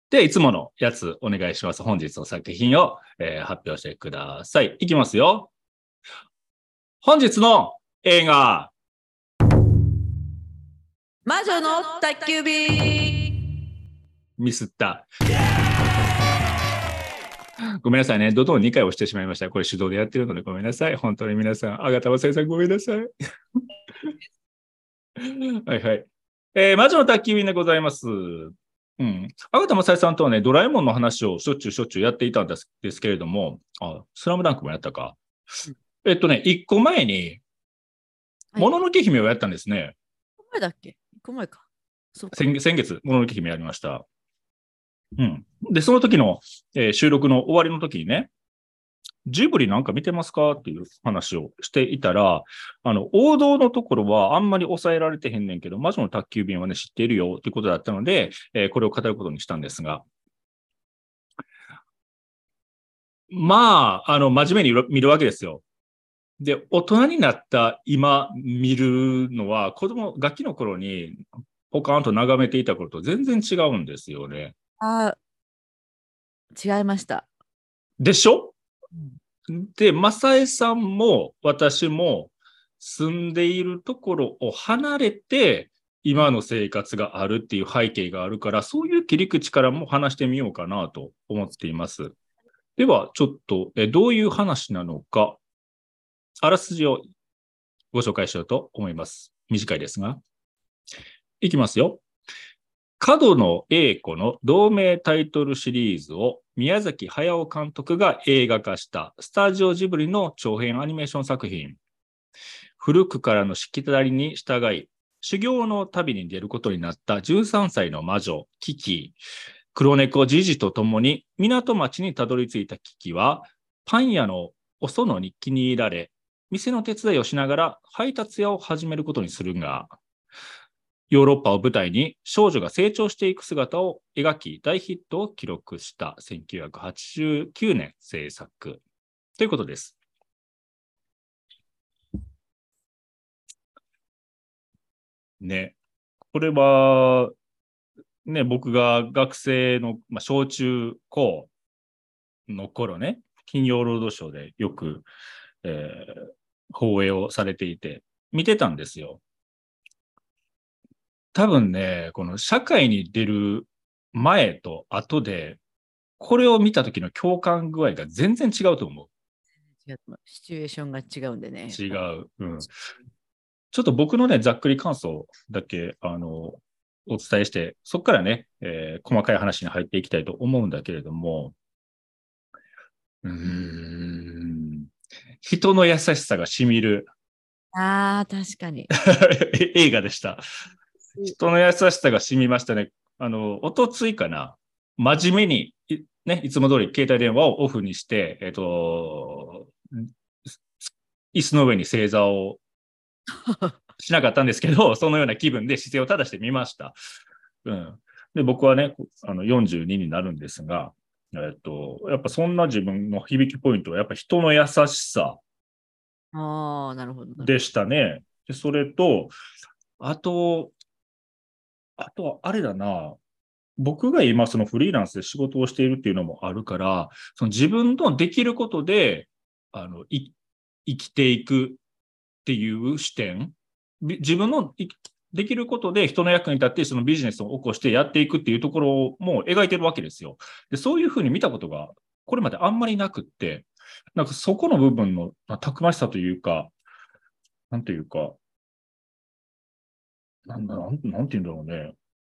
で、いつものやつお願いします。本日の作品を、発表してください。いきますよ。本日の映画。 魔女の宅急便。 ミスった。ごめんなさいね。ドドン2回押してしまいました。これ手動でやってるのでごめんなさい。本当に皆さん、あがたまさんごめんなさい。はいはい。魔女の宅急便でございます。あがたまさんとはね、ドラえもんの話をしょっちゅうやっていたんですけれども、スラムダンクもやったか。1個前に、もののけ姫をやったんですね。 前だっけ？ 1 個前か。 先月、もののけ姫やりました。で、その時の、収録の終わりの時にね、ジブリなんか見てますかっていう話をしていたら、王道のところはあんまり抑えられてへんねんけど、魔女の宅急便はね、知っているよっていうことだったので、これを語ることにしたんですが、まあ、真面目に見るわけですよ。で、大人になった今見るのは、ガキの頃にポカーンと眺めていた頃と全然違うんですよね。 違いました。 でしょ？で、マサエさんも私も住んでいるところを離れて今の生活があるっていう背景があるから、そういう切り口からも話してみようかなと思っています。では、ちょっとどういう話なのか、あらすじをご紹介しようと思います。短いですが。いきますよ。角野栄子の同名タイトルシリーズを宮崎駿監督が映画化したスタジオジブリの長編アニメーション作品。古くからのしきたりに従い、修行の旅に出ることになった13歳の魔女、キキ。黒猫ジジと共に港町にたどり着いたキキは、パン屋のお園に気に入られ、店の手伝いをしながら配達屋を始めることにするが、ヨーロッパを舞台に少女が成長していく姿を描き大ヒットを記録した1989年制作ということです。ね、これはね、僕が学生の、小中高の頃ね、金曜ロードショーでよく、放映をされていて見てたんですよ。多分ね、この社会に出る前と後で、これを見た時の共感具合が全然違うと思う。 シチュエーションが違うんでね。 違う。ちょっと僕のね、ざっくり感想だけ、お伝えして、そこからね、細かい話に入っていきたいと思うんだけれども、人の優しさが染みる。 確かに。 映画でした。人の優しさが染みましたね。おとついかな。真面目に、ね、いつも通り携帯電話をオフにして、椅子の上に正座をしなかったんですけど、そのような気分で姿勢を正してみました。で、僕はね、42になるんですが、やっぱそんな自分の響きポイントはやっぱ人の優しさなるほどでしたね。で、それと、あとはあれだな、僕が今そのフリーランスで仕事をしているっていうのもあるから、その自分のできることで、生きていくっていう視点、自分のできることで人の役に立ってそのビジネスを起こしてやっていくっていうところも描いてるわけですよ。で、そういうふうに見たことがこれまであんまりなくって、なんかそこの部分のたくましさというか、なんていうか、なんていうんだろうね。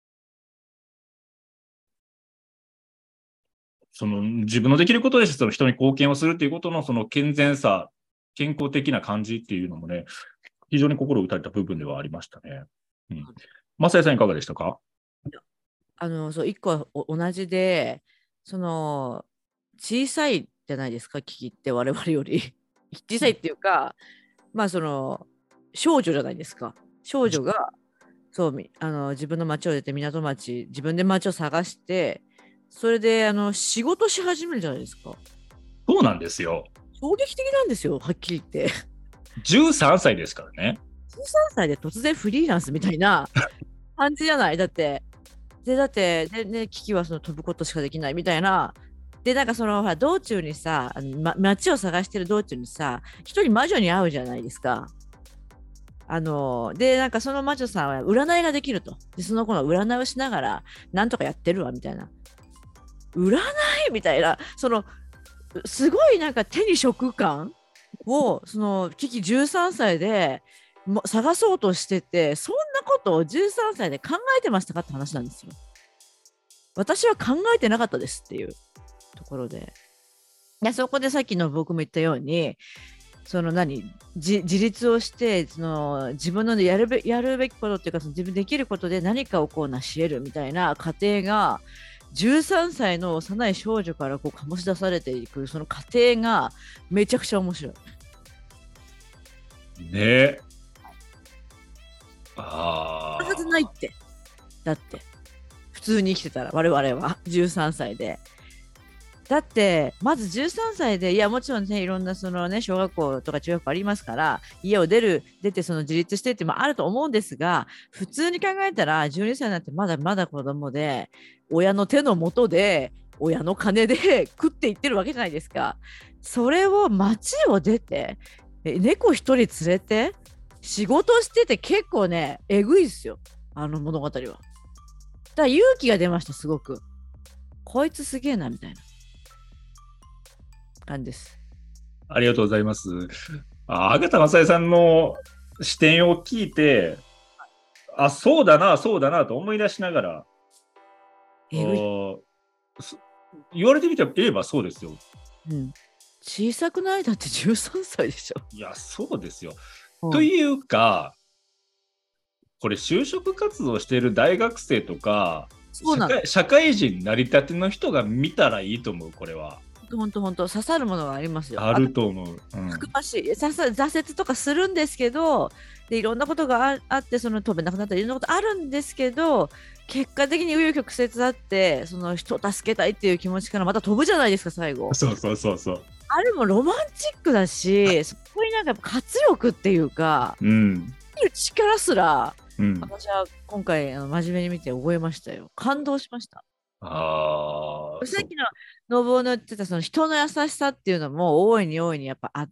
その自分のできることでその人に貢献をするっていうことのその健全さ、健康的な感じっていうのもね、非常に心打たれた部分ではありましたね。マサヤさんいかがでしたか？ そう、一個は同じで、小さいじゃないですか、キキって我々より。小さいっていうか、少女じゃないですか。少女が、そう、自分の町を出て港町、自分で町を探して、それで仕事し始めるじゃないですか。 そうなんですよ。 衝撃的なんですよ、はっきり言って。 13歳ですからね。 13歳で突然フリーランスみたいな感じじゃない。だってでだってキキはその飛ぶことしかできないみたいな。でなんかそのほら道中にさ、街を探してる道中にさ、一人魔女に会うじゃないですか。でなんかその魔女さんは占いができると。でその子の占いをしながらなんとかやってるわみたいな。占いみたいな、そのすごいなんか手に職感をそのキキ13歳でも探そうとしてて、そんなことを13歳で考えてましたかって話なんですよ。私は考えてなかったですっていうところで、そこでさっきの僕も言ったように、その自立をしてその自分のやるべきことっていうか、その自分できることで何かをこう成し得るみたいな過程が13歳の幼い少女からこう醸し出されていく、その過程がめちゃくちゃ面白い。 ねえ。あはずないって。だって普通に生きてたら我々は13歳で。だってまず13歳で、いやもちろんねいろんなそのね小学校とか中学校ありますから、家を出てその自立してってもあると思うんですが、普通に考えたら12歳なんてまだまだ子供で、親の手の下で親の金で食っていってるわけじゃないですか。それを街を出て猫一人連れて仕事してて、結構ねえぐいですよ、あの物語は。だから勇気が出ました、すごく。こいつすげえなみたいな感じです。 ありがとうございます。阿形正恵さんの視点を聞いて、そうだなと思い出しながら、言われてみて言えばそうですよ。 うん、小さくない？だって13歳でしょ。 いや、そうですよ。というか、これ就職活動している大学生とか社会人になりたての人が見たらいいと思う。これは本当刺さるものがありますよ。 あると思う。 たくましい。挫折とかするんですけど、でいろんなことがあって、その飛べなくなったりいろんなことあるんですけど、結果的に紆余曲折あって、その人を助けたいっていう気持ちからまた飛ぶじゃないですか、最後。 そう。 あれもロマンチックだし、そこになんか活力っていうか、力すら、私は今回真面目に見て覚えましたよ。感動しました。さっきの信夫の言ってたその人の優しさっていうのも大いにやっぱあって、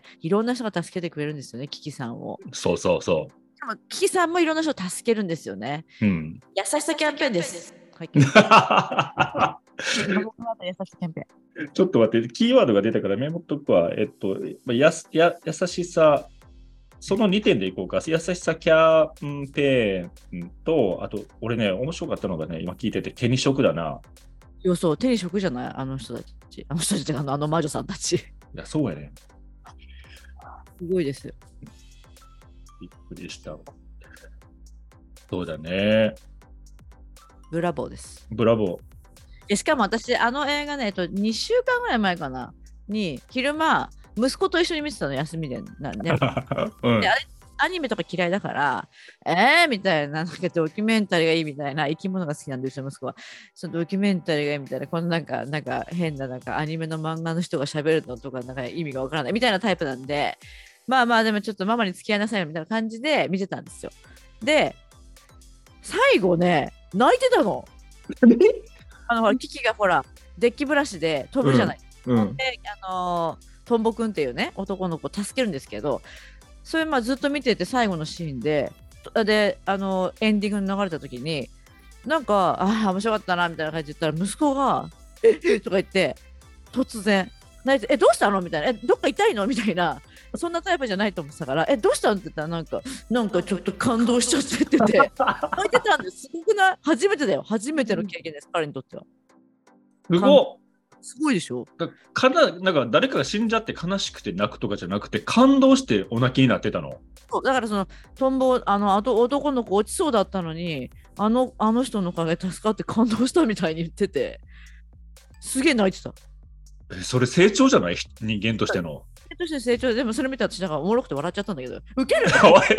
いろんな人が助けてくれるんですよね、キキさんを。 そう。でもキキさんもいろんな人を助けるんですよね。優しさキャンペーンです。優しさキャンペーン。 ちょっと待って、キーワードが出たからメモっとくわ。優しさ、その2点でいこうか。優しさキャンペーンと、あと、俺ね、面白かったのがね、今聞いてて、手に職だな。 そう、手に職じゃない、あの人たち。あの魔女さんたち。いや、そうやね。 すごいですよ。 びっくりした。そうだね。 ブラボーです。 ブラボー。しかも私、あの映画ね、2週間ぐらい前かな、に、昼間、息子と一緒に見てたの、休みで。でアニメとか嫌いだから、みたいな、なんかドキュメンタリーがいいみたいな、生き物が好きなんですよ、息子は。そのドキュメンタリーがいいみたいな、このなんか変なアニメの漫画の人が喋るのとか、なんか意味がわからないみたいなタイプなんで、まあでもちょっとママに付き合いなさいみたいな感じで見てたんですよ。で、最後ね、泣いてたの。キキがほら、デッキブラシで飛ぶじゃない。で、トンボくんっていうね、男の子を助けるんですけど、それずっと見てて最後のシーンで、エンディングに流れた時に、なんか、面白かったなみたいな感じで言ったら、息子が、とか言って、突然、泣いて、どうしたのみたいな、どっか痛いのみたいな、そんなタイプじゃないと思ってたから、どうしたのって言ったら、なんかちょっと感動しちゃってって泣いてたんです。すごくない？初めてだよ。初めての経験です、彼にとっては。 すごいでしょ。 なんか誰かが死んじゃって悲しくて泣くとかじゃなくて、感動してお泣きになってたの。 そうだからそのトンボ、男の子落ちそうだったのに、あの人のおかげで助かって感動したみたいに言ってて、すげえ泣いてた。 それ成長じゃない？人間としての。 人間として成長でもそれ見たら私なんかおもろくて笑っちゃったんだけど、ウケる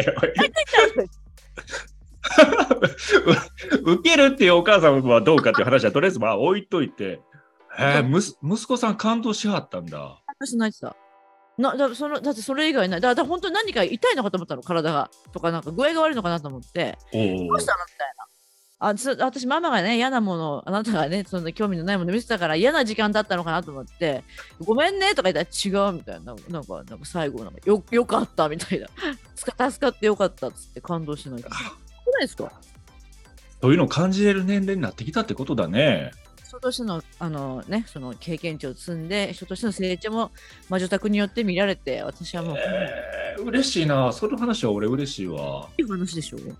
ウケるっていうお母さんはどうかっていう話はとりあえず置いといて、息子さん感動しはったんだ。 私泣いてた。だってそれ以外ない。だから本当に何か痛いのかと思ったの、体が。とか、なんか具合が悪いのかなと思って、どうしたのみたいな。 私、ママがね、嫌なもの、あなたがね、そんな興味のないもの見せたから嫌な時間だったのかなと思って、ごめんねとか言ったら違うみたいな、なんか最後、よかったみたいな、助かってよかったっつって感動しない。そうないですか？ そういうのを感じれる年齢になってきたってことだね。 人としての、その経験値を積んで、人としての成長も魔女宅によって見られて、私はもう、 嬉しいな。その話は俺嬉しいわ。 いい話でしょう。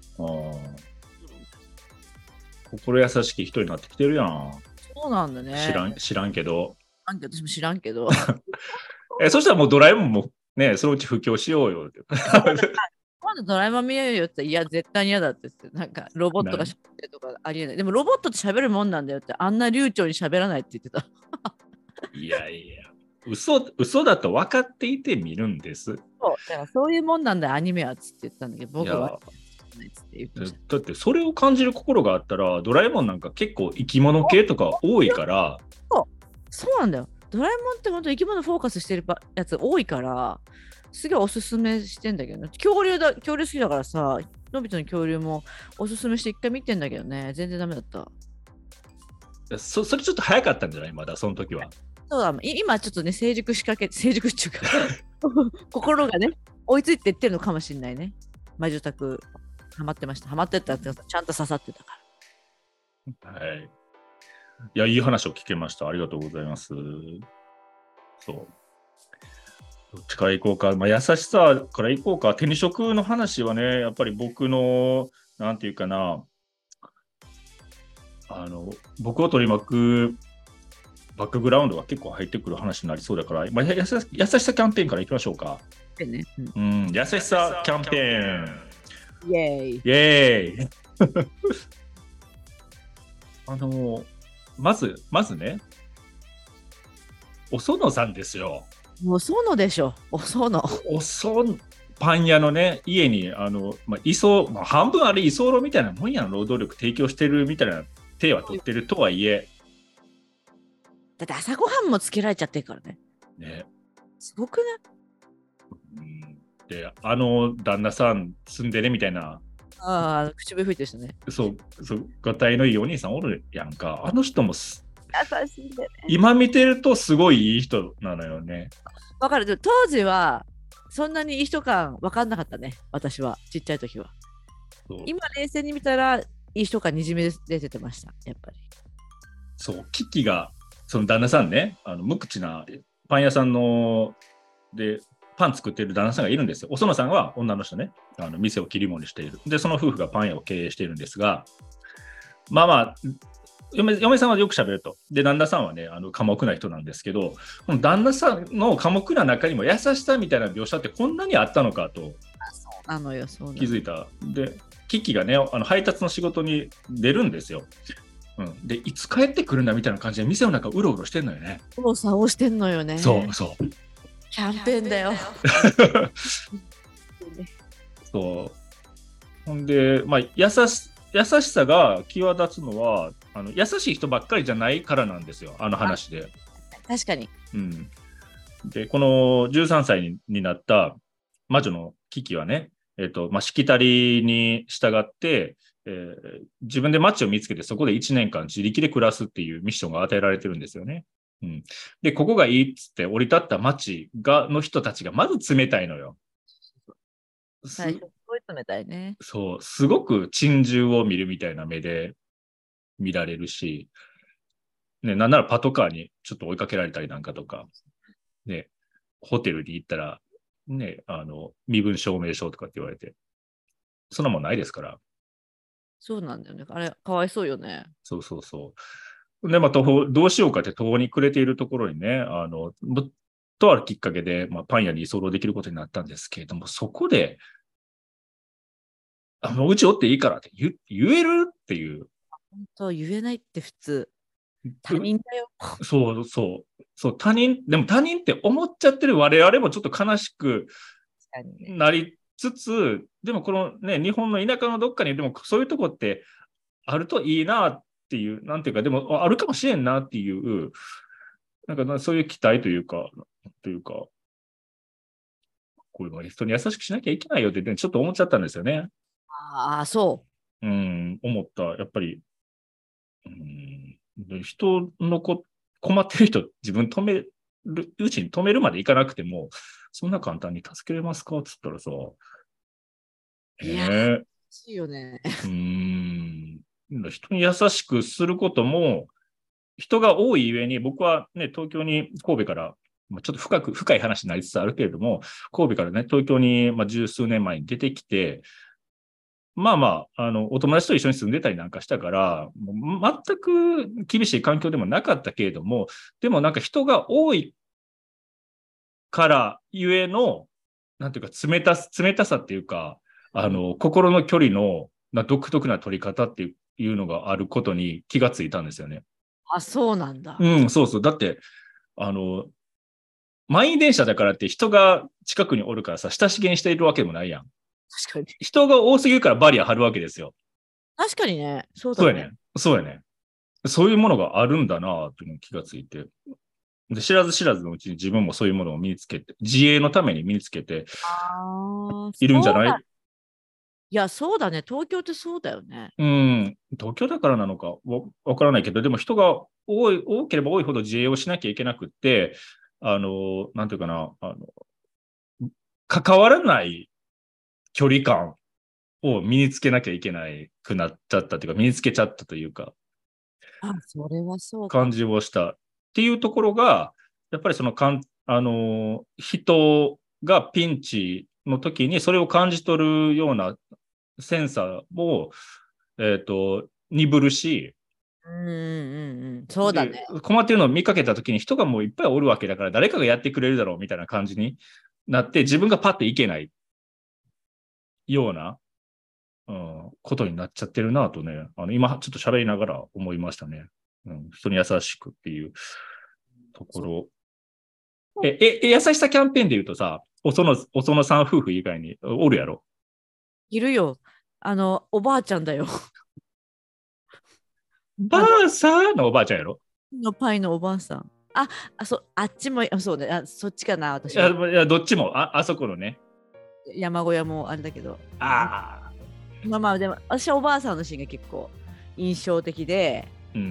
心優しき人になってきてるやん。 そうなんだね。 知らんけど。 私も知らんけど。 そしたらもうドラえもんもね、そのうち布教しようよ。 今度ドラえもん見ようよって、いや、絶対に嫌だって言って、なんかロボットが喋ってるとかありえない。でもロボットって喋るもんなんだよって、あんな流暢に喋らないって言ってた。 いやいや、嘘だと分かっていて見るんです。 そう、だからそういうもんなんだよ、アニメはっつって言ったんだけど、僕は。 だってそれを感じる心があったら、ドラえもんなんか結構生き物系とか多いから。 そうなんだよ。ドラえもんって本当生き物フォーカスしてるやつ多いから、すげえおすすめしてんだけどね。恐竜好きだからさ、のび太の恐竜もおすすめして一回見てんだけどね、全然ダメだった。 それちょっと早かったんじゃない？まだその時は。 そうだ、今ちょっとね、成熟っていうか心がね、追いついていってるのかもしれないね。魔女宅、ハマってました。ハマってたって、ちゃんと刺さってたから。はい。いや、いい話を聞けました。ありがとうございます。そう。どっちから行こうか。優しさから行こうか。手に職の話はね、やっぱり僕の、なんていうかな、僕を取り巻くバックグラウンドが結構入ってくる話になりそうだから、優しさキャンペーンからいきましょうか。 ね。 優しさキャンペーン。 イェーイ。 イェーイまずね、お園さんですよ。 お園でしょ。お園。 パン屋のね、家に、半分あれ居候みたいなもんやの労働力提供してるみたいな手は取ってるとはいえ。 だって朝ごはんもつけられちゃってるからね。 ね。 すごくね。 で、旦那さん住んでねみたいな。 口笛吹いてる人ね。 そう、がたいのいいお兄さんおるやんか。あの人も優しいんだよね。 今見てるとすごいいい人なのよね。 わかる。当時はそんなにいい人感分かんなかったね。私はちっちゃい時は。今冷静に見たらいい人感にじみ出てました。やっぱり。 そう、キキがその旦那さんね、無口なパン屋さんのでパン作ってる旦那さんがいるんですよ。お園さんは女の人ね、店を切り盛りしている。で、その夫婦がパン屋を経営しているんですが、嫁さんはよく喋ると。で、旦那さんはね、寡黙な人なんですけど、この旦那さんの寡黙な中にも優しさみたいな描写ってこんなにあったのかと気づいた。で、キキがね、配達の仕事に出るんですよ。で、いつ帰ってくるんだみたいな感じで店の中うろうろしてんのよね。 うろさをしてんのよね。 そう。 キャンペーンだよ。 そう。ほんで、優しさが際立つのは優しい人ばっかりじゃないからなんですよ、話で。 確かに。 で、この13歳になった魔女のキキはね、しきたりに従って、自分で街を見つけてそこで1年間自力で暮らすっていうミッションが与えられてるんですよね。で、ここがいいっつって降り立った街の人たちがまず冷たいのよ。 最初すごい冷たいね。 そう、すごく珍獣を見るみたいな目で見られるし、ね、なんならパトカーにちょっと追いかけられたりなんかとか、ね、ホテルに行ったら、ね、身分証明書とかって言われて、そんなもんないですから。 そうなんだよね。あれ、かわいそうよね。 そう。で、どうしようかって途方に暮れているところにね、とあるきっかけで、パン屋に居候できることになったんですけれども、そこで、うちおっていいからって言えるっていう。 本当、言えないって普通。他人だよ。 そう、他人、でも他人って思っちゃってる我々もちょっと悲しくなりつつ、でもこのね、日本の田舎のどっかに、でもそういうとこってあるといいなっていう、なんていうか、でもあるかもしれんなっていう、なんかそういう期待というか、こういうの人に優しくしなきゃいけないよって、ちょっと思っちゃったんですよね。 そう。 思った。やっぱり、人の困ってる人、自分止めるうちに止めるまでいかなくても、そんな簡単に助けれますかって言ったらさ、 いや、いいよね。 人に優しくすることも、人が多いゆえに、僕はね、東京に神戸から、ちょっと深い話になりつつあるけれども、神戸からね、東京に、十数年前に出てきて、お友達と一緒に住んでたりなんかしたから、全く厳しい環境でもなかったけれども、でもなんか人が多いからゆえの、なんていうか冷たさっていうか、心の距離の独特な取り方っていうのがあることに気がついたんですよね。 あ、そうなんだ。 そうそう。だって、満員電車だからって人が近くにおるからさ、親しげにしているわけでもないやん。 確かに。 人が多すぎるからバリア張るわけですよ。 確かにね。そうだね。 そうやね。そういうものがあるんだなっていうのに気がついて。で、知らず知らずのうちに自分もそういうものを身につけて、自衛のために身につけているんじゃない？ いや、そうだね。東京ってそうだよね。 東京だからなのかわからないけど、でも人が多ければ多いほど自衛をしなきゃいけなくって、なんていうかな、関わらない距離感を身につけなきゃいけないくなっちゃったというか、身につけちゃったというか、 あ、それはそうか。 感じをしたっていうところが、やっぱりその人がピンチの時にそれを感じ取るようなセンサーも、鈍るし、 そうだね。 困ってるのを見かけた時に人がもういっぱいおるわけだから誰かがやってくれるだろうみたいな感じになって自分がパッていけないような、ことになっちゃってるなとね、今ちょっと喋りながら思いましたね。人に優しくっていうところ。優しさキャンペーンで言うとさ、お園さん夫婦以外におるやろ？ いるよ。おばあちゃんだよ。 ばあさんのおばあちゃんやろ？ のパイのおばあさん。あっちも、そうね。そっちかな、私は。いや、どっちも、あそこのね。 山小屋もあれだけど。 ああ。 でも、私はおばあさんのシーンが結構印象的で、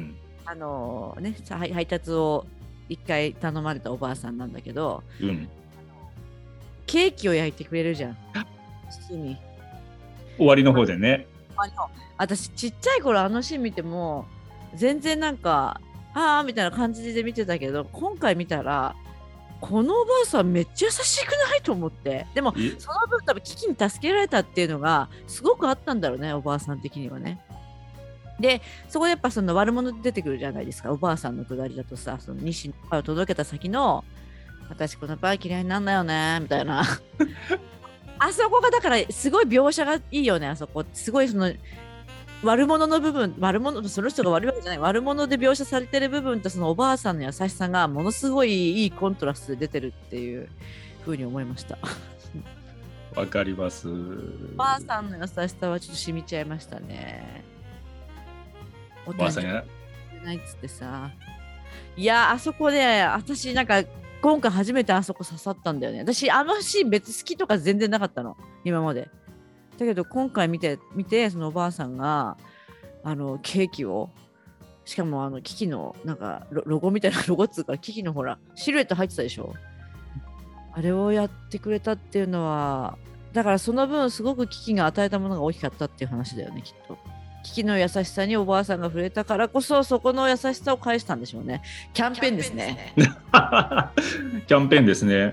配達を一回頼まれたおばあさんなんだけど、ケーキを焼いてくれるじゃん。父に。 終わりの方でね。 私、ちっちゃい頃あのシーン見ても、全然なんか、みたいな感じで見てたけど、今回見たら、このおばあさんめっちゃ優しくないと思って。でも、その分多分危機に助けられたっていうのが、すごくあったんだろうね、おばあさん的にはね。で、そこでやっぱその悪者出てくるじゃないですか。おばあさんのくだりだとさ、その西のパイを届けた先の、私このパイ嫌いになんだよね、みたいな。あそこがだからすごい描写がいいよね、あそこ。すごいその悪者の部分、その人が悪いわけじゃない、悪者で描写されてる部分とそのおばあさんの優しさがものすごいいいコントラストで出てるっていうふうに思いました。 わかります。おばあさんの優しさはちょっと染みちゃいましたね。 おばあさんやないっつってさ。いや、あそこで私なんか今回初めてあそこ刺さったんだよね。私あのシーン別好きとか全然なかったの、今まで。だけど今回見てそのおばあさんがケーキを、しかもキキのなんかロゴみたいなロゴっつうか、キキのほらシルエット入ってたでしょ。あれをやってくれたっていうのは、だからその分すごくキキが与えたものが大きかったっていう話だよね、きっと。キキの優しさにおばあさんが触れたからこそ、そこの優しさを返したんでしょうね。キャンペーンですね。 キャンペーンですね。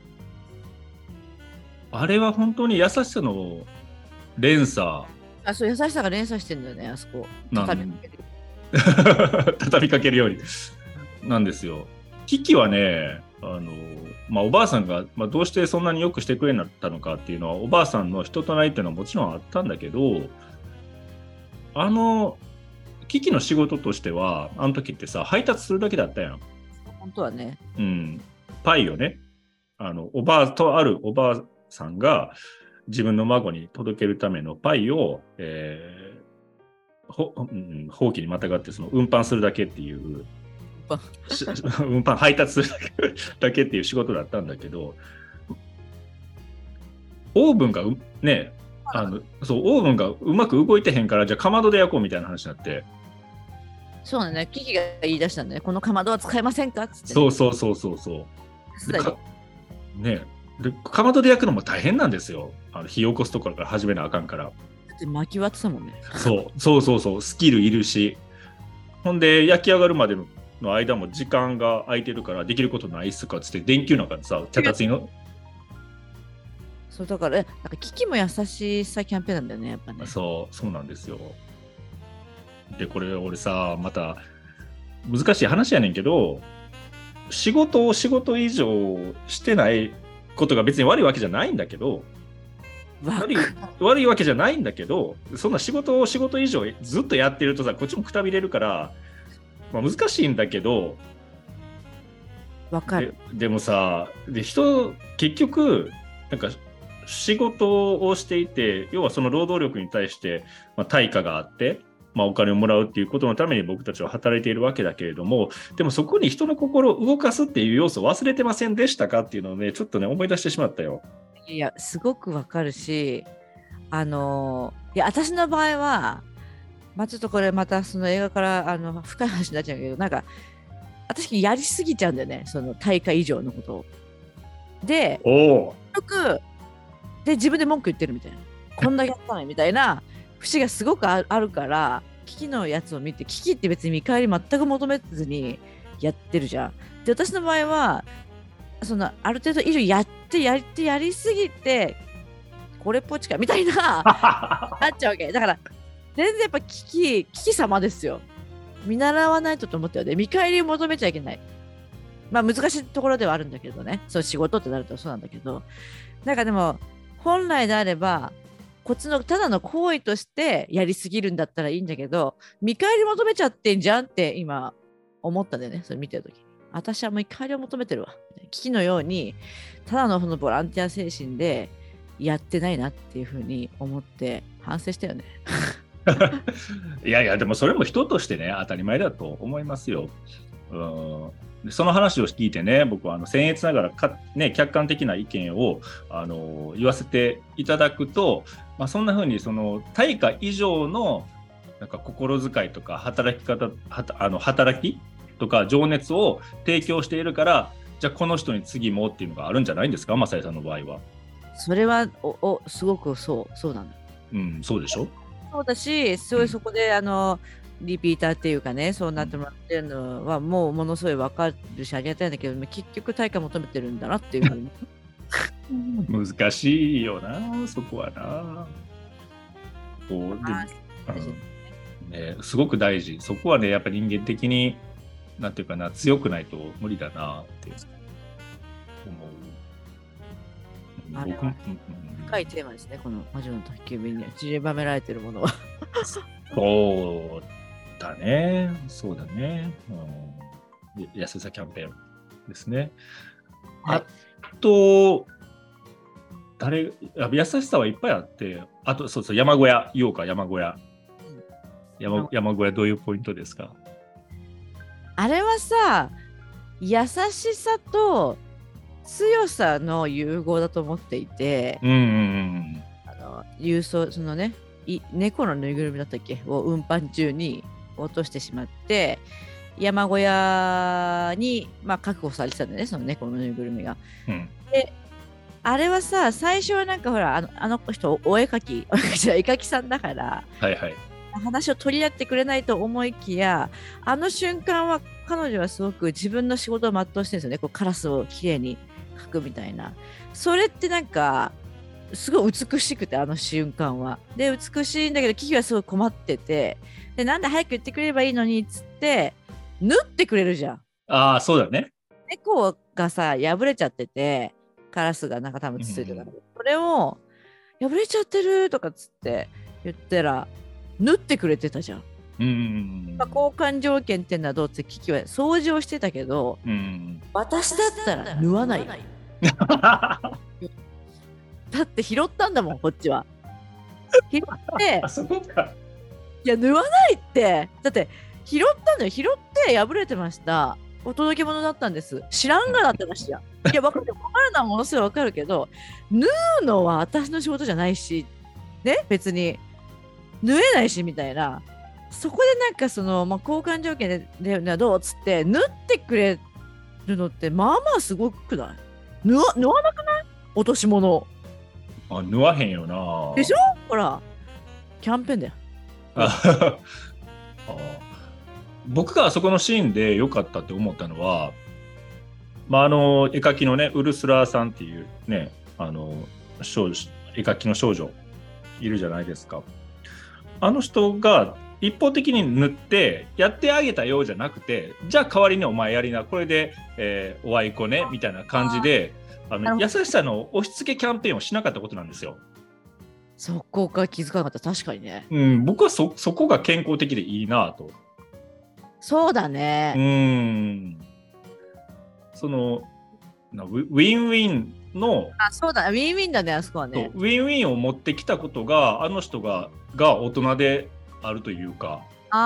あれは本当に優しさの連鎖。 そう、優しさが連鎖してんだよね、あそこ。畳みかけるようになんですよ。キキはね、おばあさんが、どうしてそんなによくしてくれなかったのかっていうのは、おばあさんの人となりっていうのはもちろんあったんだけど、キキの仕事としては、あの時ってさ、配達するだけだったやん。 本当はね。 パイをね、あるおばあさんが自分の孫に届けるためのパイを、ほうきにまたがってその運搬するだけっていう配達するだけっていう仕事だったんだけど、オーブンがねそう、オーブンがうまく動いてへんから、じゃあかまどで焼こうみたいな話になって。 そうだね、キキが言い出したんだね。このかまどは使えませんかっつって、ね。 そうそうそうそうそう。ねで、かまどで焼くのも大変なんですよ。火起こすところから始めなあかんから。 だって巻き割ってたもんね。 そう、スキルいるし。ほんで、焼き上がるまでの間も時間が空いてるから、できることないっすかっつって、電球なんかでさ、脚立の。 そうだから、なんかキキも優しさキャンペーンなんだよね、やっぱね。 そうなんですよ。で、これ俺さ、また難しい話やねんけど、仕事を仕事以上してないことが別に悪いわけじゃないんだけど、悪いわけじゃないんだけど、そんな仕事を仕事以上ずっとやってるとさ、こっちもくたびれるから、まあ、難しいんだけど、 わかる。 でもさ、結局、なんか仕事をしていて、要はその労働力に対して、対価があって、お金をもらうっていうことのために僕たちは働いているわけだけれども、でもそこに人の心を動かすっていう要素を忘れてませんでしたかっていうのをね、ちょっとね、思い出してしまったよ。 いや、すごくわかるし、いや、私の場合は、ちょっとこれまたその映画から深い話になっちゃうけど、なんか、私やりすぎちゃうんだよね、その対価以上のことを。で、自分で文句言ってるみたいな。こんだけやったのにみたいな節がすごくあるから、キキのやつを見て、キキって別に見返り全く求めずにやってるじゃん。で、私の場合は、ある程度以上やりすぎて、これっぽっちかみたいななっちゃうわけ。だから、全然やっぱキキ様ですよ。見習わないと思ったよね。見返りを求めちゃいけない。難しいところではあるんだけどね。そう仕事ってなるとそうなんだけど。なんかでも、本来であれば、こっちのただの行為としてやりすぎるんだったらいいんだけど、見返り求めちゃってんじゃんって今思ったんだよね。それ見てるとき。私は見返りを求めてるわ。危機のように、ただのそのボランティア精神でやってないなっていうふうに思って反省したよね。 いや、でもそれも人としてね、当たり前だと思いますよ。その話を聞いてね、僕は僭越ながら客観的な意見を言わせていただくと、そんな風にその対価以上のなんか心遣いとか働きとか情熱を提供しているから、じゃあこの人に次もっていうのがあるんじゃないんですか、正井さんの場合は。 それはすごくそうなんだ。 そうでしょ。 そうだし、そこでリピーターっていうかね、そうなってもらってるのはもうものすごい分かるしありがたいんだけど、結局対価求めてるんだなっていうふうに難しいよな、そこはな。すごく大事。そこはね、やっぱ人間的になんていうかな、強くないと無理だなって思う。 深いテーマですね、この魔女の宅急便に散りばめられてるものは。 そうだね。安さキャンペーンですね。はい、あと、優しさはいっぱいあって、あと、そう山小屋、言おうか、山小屋。山小屋どういうポイントですか？ あれはさ、優しさと強さの融合だと思っていて、郵送そのね、猫のぬいぐるみだったっけを運搬中に落としてしまって、山小屋に、確保されてたんだよね、その猫のぬいぐるみが。で、あれはさ、最初はなんかほら、あの人絵描きさんだから、話を取り合ってくれないと思いきや、あの瞬間は彼女はすごく自分の仕事を全うしてるんですよね。カラスをきれいに描くみたいな。それってなんかすごい美しくて、あの瞬間は。で、美しいんだけどキキはすごい困ってて、で、なんで早く言ってくれればいいのにっつって縫ってくれるじゃん。 ああ、そうだね。 猫がさ破れちゃってて、カラスがなんか多分つついてたから、それを破れちゃってるとかっつって言ったら縫ってくれてたじゃん。交換条件っていうのはどうってキキは掃除をしてたけど、私だったら縫わないよ。だって拾ったんだもん、こっちは。拾っていや縫わないって、だって拾ったんだよ。拾って破れてました、お届け物だったんです、知らんがなってました。いや分かるのはものすごい分かるけど、縫うのは私の仕事じゃないし、 ね、別に縫えないしみたいな。そこでなんかその、まあ、交換条件でどうっつって縫ってくれるのってまあまあすごくない？縫わなくない？落とし物あ、縫わへんよな。 でしょ？ほらキャンペーンだよ。 あ僕があそこのシーンで良かったって思ったのは、まあ、絵描きのね、ウルスラーさんっていうね、少女、絵描きの少女いるじゃないですか。あの人が一方的に塗ってやってあげたようじゃなくて、じゃあ代わりにお前やりな、これで、おあいこねみたいな感じで、優しさの押し付けキャンペーンをしなかったことなんですよ。 そこが気づかなかった。確かにね。 うん、僕はそこが健康的でいいなと。 そうだね。 そのウィンウィンの、 あ、そうだ、ウィンウィンだね、あそこはね。 ウィンウィンを持ってきたことが、あの人が大人であるというか。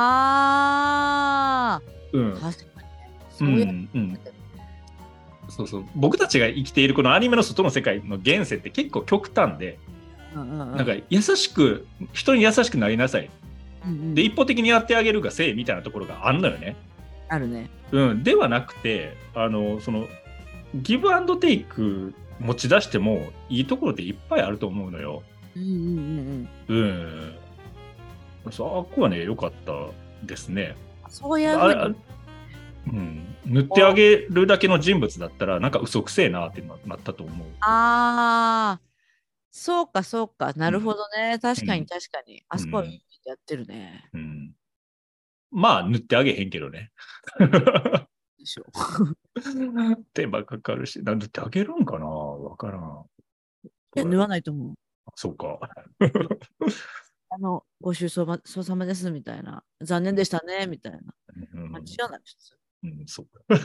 ああ、 うん、 確かにね。そういう、 そうそう。僕たちが生きているこのアニメの外の世界の現世って結構極端で、なんか優しく、人に優しくなりなさい。で、一方的にやってあげるがせいみたいなところがあんのよね。 あるね。 ではなくて、そのギブアンドテイク持ち出してもいいところっていっぱいあると思うのよ。そう、あっこはね、良かったですね。 そういうふうに、塗ってあげるだけの人物だったら、なんか嘘くせえなってなったと思う。 ああ、そうかそうか、なるほどね。確かに確かに。あそこはやってるね。 まあ、塗ってあげへんけどね。 でしょ。 手間かかるし、塗ってあげるんかな、わからん。 いや、縫わないと思う。 そうか。 ご愁傷様ですみたいな。残念でしたねみたいな。間違いない、普通。 そうか。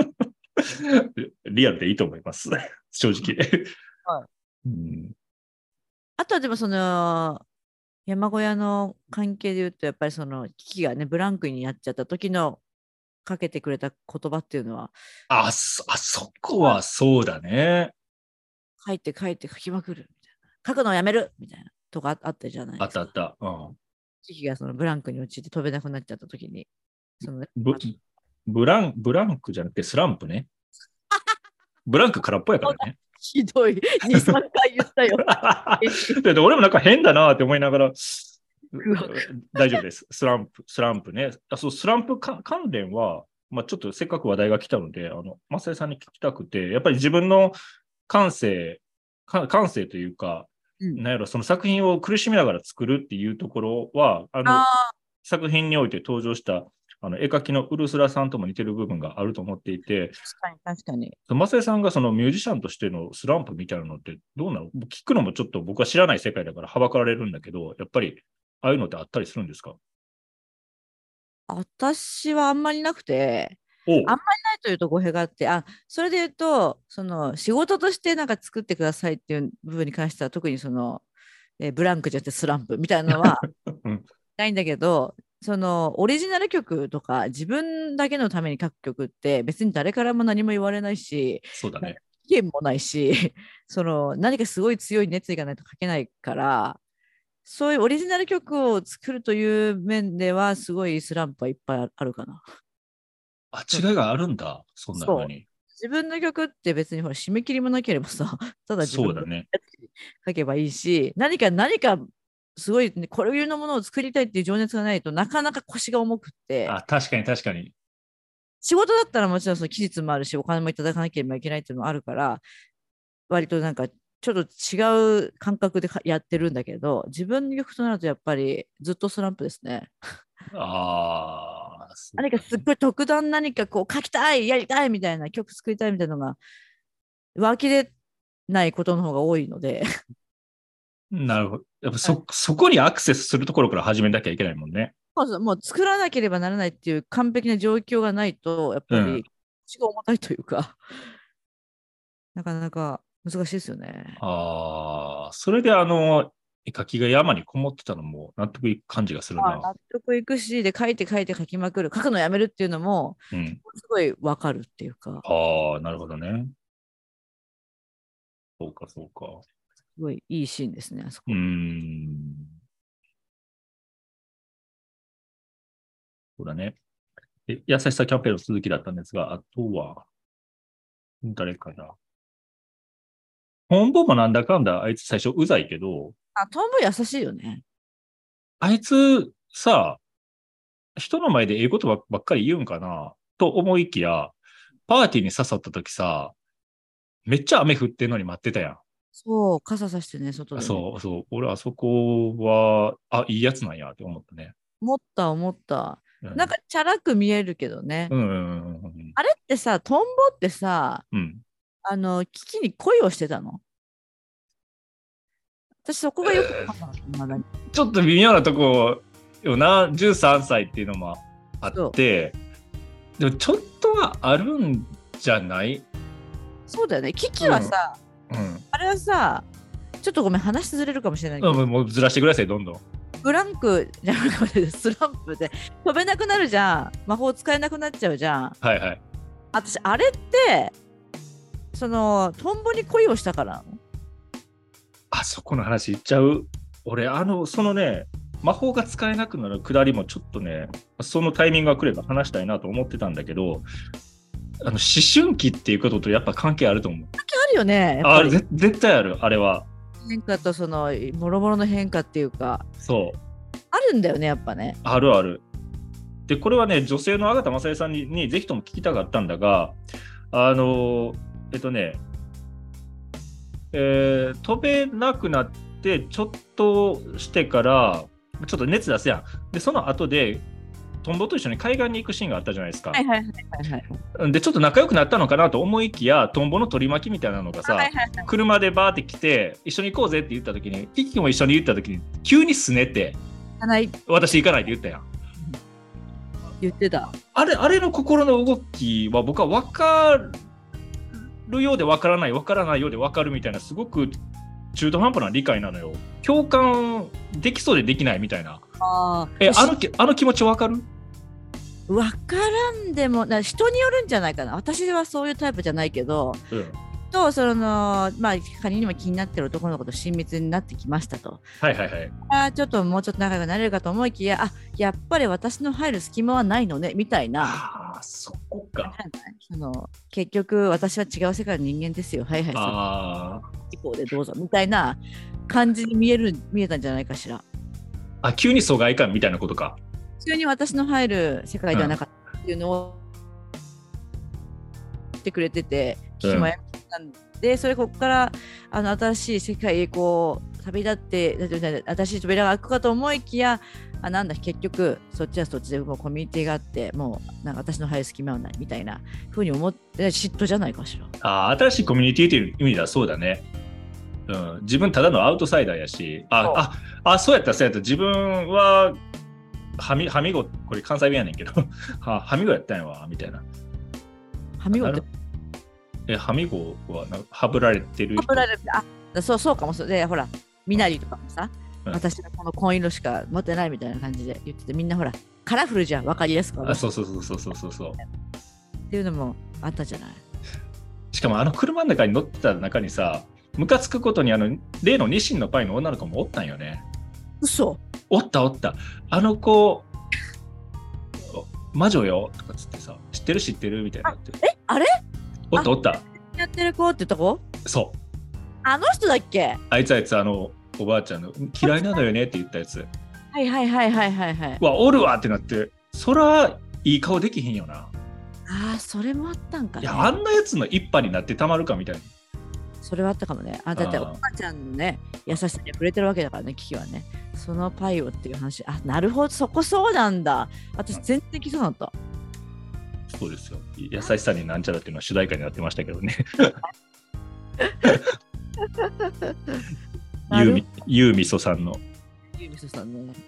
リアルでいいと思います。正直。 はい。あとはでもその、山小屋の関係で言うと、やっぱりその危機がね、ブランクになっちゃった時のかけてくれた言葉っていうのは、 そこはそうだね。 書いて書きまくるみたいな。書くのをやめるみたいなとかあったじゃないですか。 あった。 時期がそのブランクに陥って飛べなくなっちゃった時に。そのね、 ブランクじゃなくてスランプね。ブランク空っぽやからね。 ひどい。2、3回言ったよ。 俺もなんか変だなって思いながら、大丈夫です。スランプね。スランプ関連は、まあ、ちょっとせっかく話題が来たので、増江さんに聞きたくて、やっぱり自分の感性というか、なんやろ、その作品を苦しみながら作るっていうところは、作品において登場した絵描きのウルスラさんとも似てる部分があると思っていて、 確かに。 増江さんがそのミュージシャンとしてのスランプみたいなのってどうなの？聞くのもちょっと僕は知らない世界だからはばかられるんだけど、やっぱりああいうのってあったりするんですか？ 私はあんまりなくて、あんまりないというと語弊があって、それで言うと、その仕事としてなんか作ってくださいっていう部分に関しては、特にその、ブランクじゃなくてスランプみたいなのはないんだけど、そのオリジナル曲とか自分だけのために書く曲って別に誰からも何も言われないし、 そうだね。 意見もないし、その何かすごい強い熱意がないと書けないから、そういうオリジナル曲を作るという面ではすごいスランプはいっぱいあるかな。 違いがあるんだ、そんな風に。 自分の曲って別にほら締め切りもなければさ、ただ自分の書けばいいし、何かすごい、ね、これいうのものを作りたいっていう情熱がないとなかなか腰が重くって。 確かに。 仕事だったらもちろんその期日もあるし、お金もいただかなければいけないっていうのもあるから、割となんかちょっと違う感覚でやってるんだけど、自分の曲となるとやっぱりずっとスランプですね。何かすっごい特段何かこう書きたい、やりたいみたいな、曲作りたいみたいなのが湧き出ないことの方が多いので。 なるほど。やっぱそこにアクセスするところから始めなきゃいけないもんね。 もう作らなければならないっていう完璧な状況がないと、やっぱり腰が重たいというか、なかなか難しいですよね。 それで絵描きが山にこもってたのも納得いく感じがするな。 納得いくし、で書いて書きまくる、書くのやめるっていうのも、すごいわかるっていうか。 なるほどね。そうか。 ごいいいシーンですね、あそこ。 そうだね。優しさキャンペーンの続きだったんですが、あとは、誰かな。トンボもなんだかんだ、あいつ最初うざいけど、 トンボ優しいよね。 あいつさ、人の前でええことばっかり言うんかなと思いきや、パーティーに刺さった時さ、めっちゃ雨降ってんのに待ってたやん。 そう、傘さしてね、外でね。 そうそう。俺あそこは、いいやつなんやって思ったね。 思った。 うん、 なんかチャラく見えるけどね。あれってさ、トンボってさ、キキに恋をしてたの？私そこがよく分かんなかった、まだに。 ちょっと微妙なとこよな、13歳っていうのもあって、でもちょっとはあるんじゃない？ そうだよね。キキはさ、あれはさ、ちょっとごめん、話ずれるかもしれないけど、 もうずらしてください、どんどん。 ブランクじゃなくてスランプで飛べなくなるじゃん。魔法使えなくなっちゃうじゃん。 はいはい。 私、あれって、その、トンボに恋をしたからなの？ そこの話言っちゃう。俺、そのね、魔法が使えなくなるくだりもちょっとね、そのタイミングが来れば話したいなと思ってたんだけど、思春期っていうこととやっぱ関係あると思う。 関係あるよね。やっぱり絶対ある、あれは。 変化とその、もろもろの変化っていうか、 そう。 あるんだよね、やっぱね。 あるある。で、これはね、女性の阿形正恵さんにぜひとも聞きたかったんだが、飛べなくなってちょっとしてからちょっと熱出すやん。でその後でトンボと一緒に海岸に行くシーンがあったじゃないですか。でちょっと仲良くなったのかなと思いきや、トンボの取り巻きみたいなのがさ、車でバーって来て一緒に行こうぜって言った時に、キキも一緒に言った時に急にすねて、私行かないって言ったやん。 言ってた。 あれの心の動きは僕は分かるようで分からないようで分かるみたいな、すごく中途半端な理解なのよ。共感できそうでできないみたいな。あの気持ち分かる？ 分からんでも人によるんじゃないかな。私はそういうタイプじゃないけど、とその仮にも気になってる男の子と親密になってきましたと。ちょっともうちょっと仲良くなれるかと思いきや、やっぱり私の入る隙間はないのねみたいな。 そこか。 結局私は違う世界の人間ですよ。はいはい。以降でどうぞみたいな感じに見えたんじゃないかしら。 急に疎外感みたいなことか。 急に私の入る世界ではなかったっていうのを言ってくれてて、聞きもやったんで、それここから新しい世界へこう旅立って新しい扉が開くかと思いきや、なんだ結局そっちはそっちでもうコミュニティがあって、もうなんか私の入る隙間はないみたいなふうに思って、嫉妬じゃないかしら。 新しいコミュニティという意味ではそうだね。自分ただのアウトサイダーやし、そうやった自分ははみご、これ関西弁やねんけどはみごやったんやわみたいな。 はみごってはみごははぶられてる。 そうかも。でほらみなりとかもさ、私がこの紺色しか持ってないみたいな感じで言ってて、みんなほらカラフルじゃん、分かりやすく。 そうっていうのもあったじゃない。 しかも車の中に乗ってた中にさ、ムカつくことに例のニシンのパイの女の子もおったんよね。 嘘。 おった。あの子魔女よとかつってさ、知ってるみたいな。 あれおったやってる子って言った子？ そう。 あの人だっけ？ あいつおばあちゃんの嫌いなのよねって言ったやつ。 はい。 おるわってなって、そらいい顔できへんよな。 それもあったんかね。 いや、あんなやつの一派になってたまるかみたいな。 それはあったかもね。だっておばあちゃんのね、優しさに触れてるわけだからね、キキはね。そのパイをっていう話。なるほど、そこそうなんだ。私全然気づかなかった。 そうですよ。優しさになんちゃらっていうのは主題歌になってましたけどね。ゆうみそさんの。 ゆうみそさんね。